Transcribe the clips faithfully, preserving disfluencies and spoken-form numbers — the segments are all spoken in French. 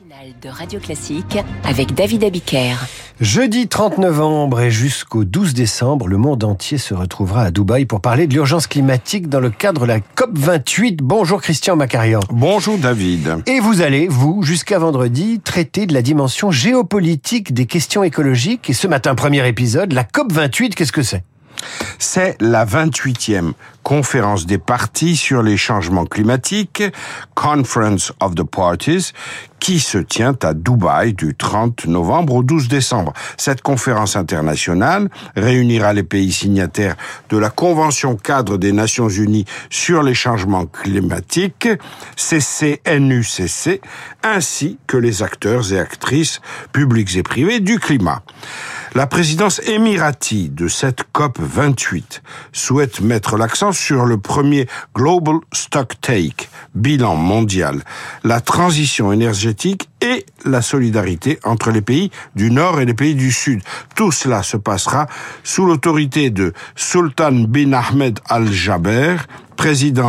Matinale de Radio Classique avec David Abiker. Jeudi trente novembre et jusqu'au douze décembre, le monde entier se retrouvera à Dubaï pour parler de l'urgence climatique dans le cadre de la COP vingt-huit. Bonjour Christian Macarian. Bonjour David. Et vous allez, vous, jusqu'à vendredi, traiter de la dimension géopolitique des questions écologiques. Et ce matin, premier épisode, la COP vingt-huit, qu'est-ce que c'est ? C'est la vingt-huitième conférence des parties sur les changements climatiques, Conference of the Parties, qui se tient à Dubaï du trente novembre au douze décembre. Cette conférence internationale réunira les pays signataires de la Convention cadre des Nations Unies sur les changements climatiques, C C N U C C, ainsi que les acteurs et actrices publics et privés du climat. La présidence émirati de cette COP vingt-huit souhaite mettre l'accent sur le premier Global Stocktake, bilan mondial, la transition énergétique et la solidarité entre les pays du Nord et les pays du Sud. Tout cela se passera sous l'autorité de Sultan bin Ahmed Al Jaber, président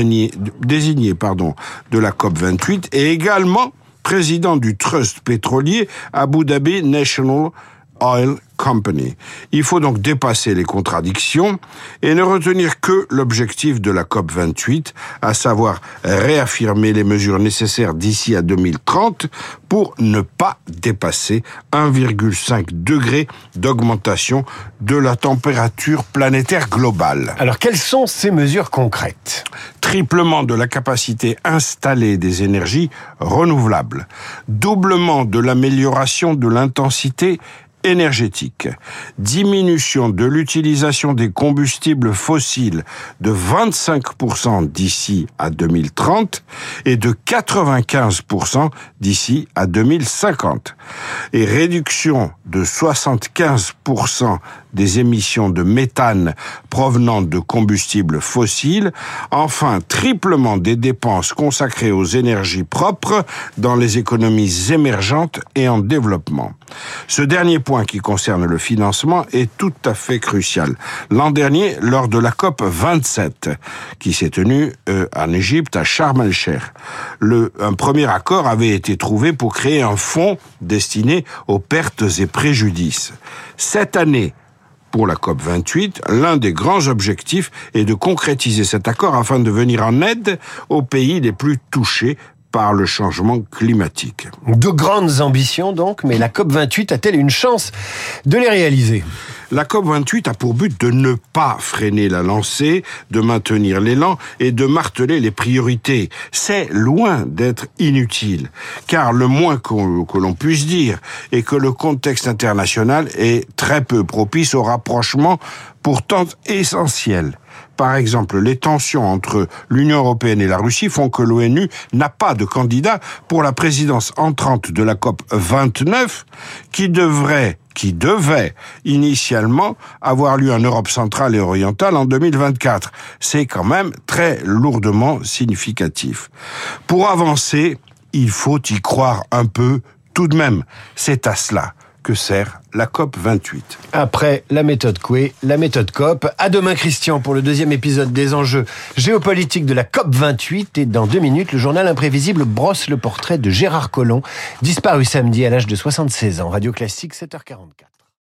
désigné pardon, de la COP vingt-huit et également président du Trust pétrolier Abu Dhabi National Oil Company. Il faut donc dépasser les contradictions et ne retenir que l'objectif de la COP vingt-huit, à savoir réaffirmer les mesures nécessaires d'ici à deux mille trente pour ne pas dépasser un virgule cinq degré d'augmentation de la température planétaire globale. Alors, quelles sont ces mesures concrètes ? Triplement de la capacité installée des énergies renouvelables, doublement de l'amélioration de l'intensité énergétique, diminution de l'utilisation des combustibles fossiles de vingt-cinq pour cent d'ici à deux mille trente et de quatre-vingt-quinze pour cent d'ici à deux mille cinquante, et réduction de soixante-quinze pour cent des émissions de méthane provenant de combustibles fossiles, enfin triplement des dépenses consacrées aux énergies propres dans les économies émergentes et en développement. Ce dernier point qui concerne le financement est tout à fait crucial. L'an dernier, lors de la COP vingt-sept, qui s'est tenue euh, en Égypte, à Sharm el-Sheikh, le, un premier accord avait été trouvé pour créer un fonds destiné aux pertes et préjudices. Cette année, pour la COP vingt-huit, l'un des grands objectifs est de concrétiser cet accord afin de venir en aide aux pays les plus touchés par le changement climatique. De grandes ambitions donc, mais la COP vingt-huit a-t-elle une chance de les réaliser ? La COP vingt-huit a pour but de ne pas freiner la lancée, de maintenir l'élan et de marteler les priorités. C'est loin d'être inutile, car le moins qu'on, que l'on puisse dire est que le contexte international est très peu propice au rapprochement pourtant essentiel. Par exemple, les tensions entre l'Union européenne et la Russie font que l'ONU n'a pas de candidat pour la présidence entrante de la COP vingt-neuf, qui devrait qui devait initialement avoir lieu en Europe centrale et orientale en deux mille vingt-quatre. C'est quand même très lourdement significatif. Pour avancer, il faut y croire un peu tout de même. C'est à cela que sert la COP vingt-huit. Après la méthode Coué, la méthode COP. À demain Christian pour le deuxième épisode des enjeux géopolitiques de la COP vingt-huit. Et dans deux minutes, le journal imprévisible brosse le portrait de Gérard Collomb, disparu samedi à l'âge de soixante-seize ans. Radio Classique, sept heures quarante-quatre.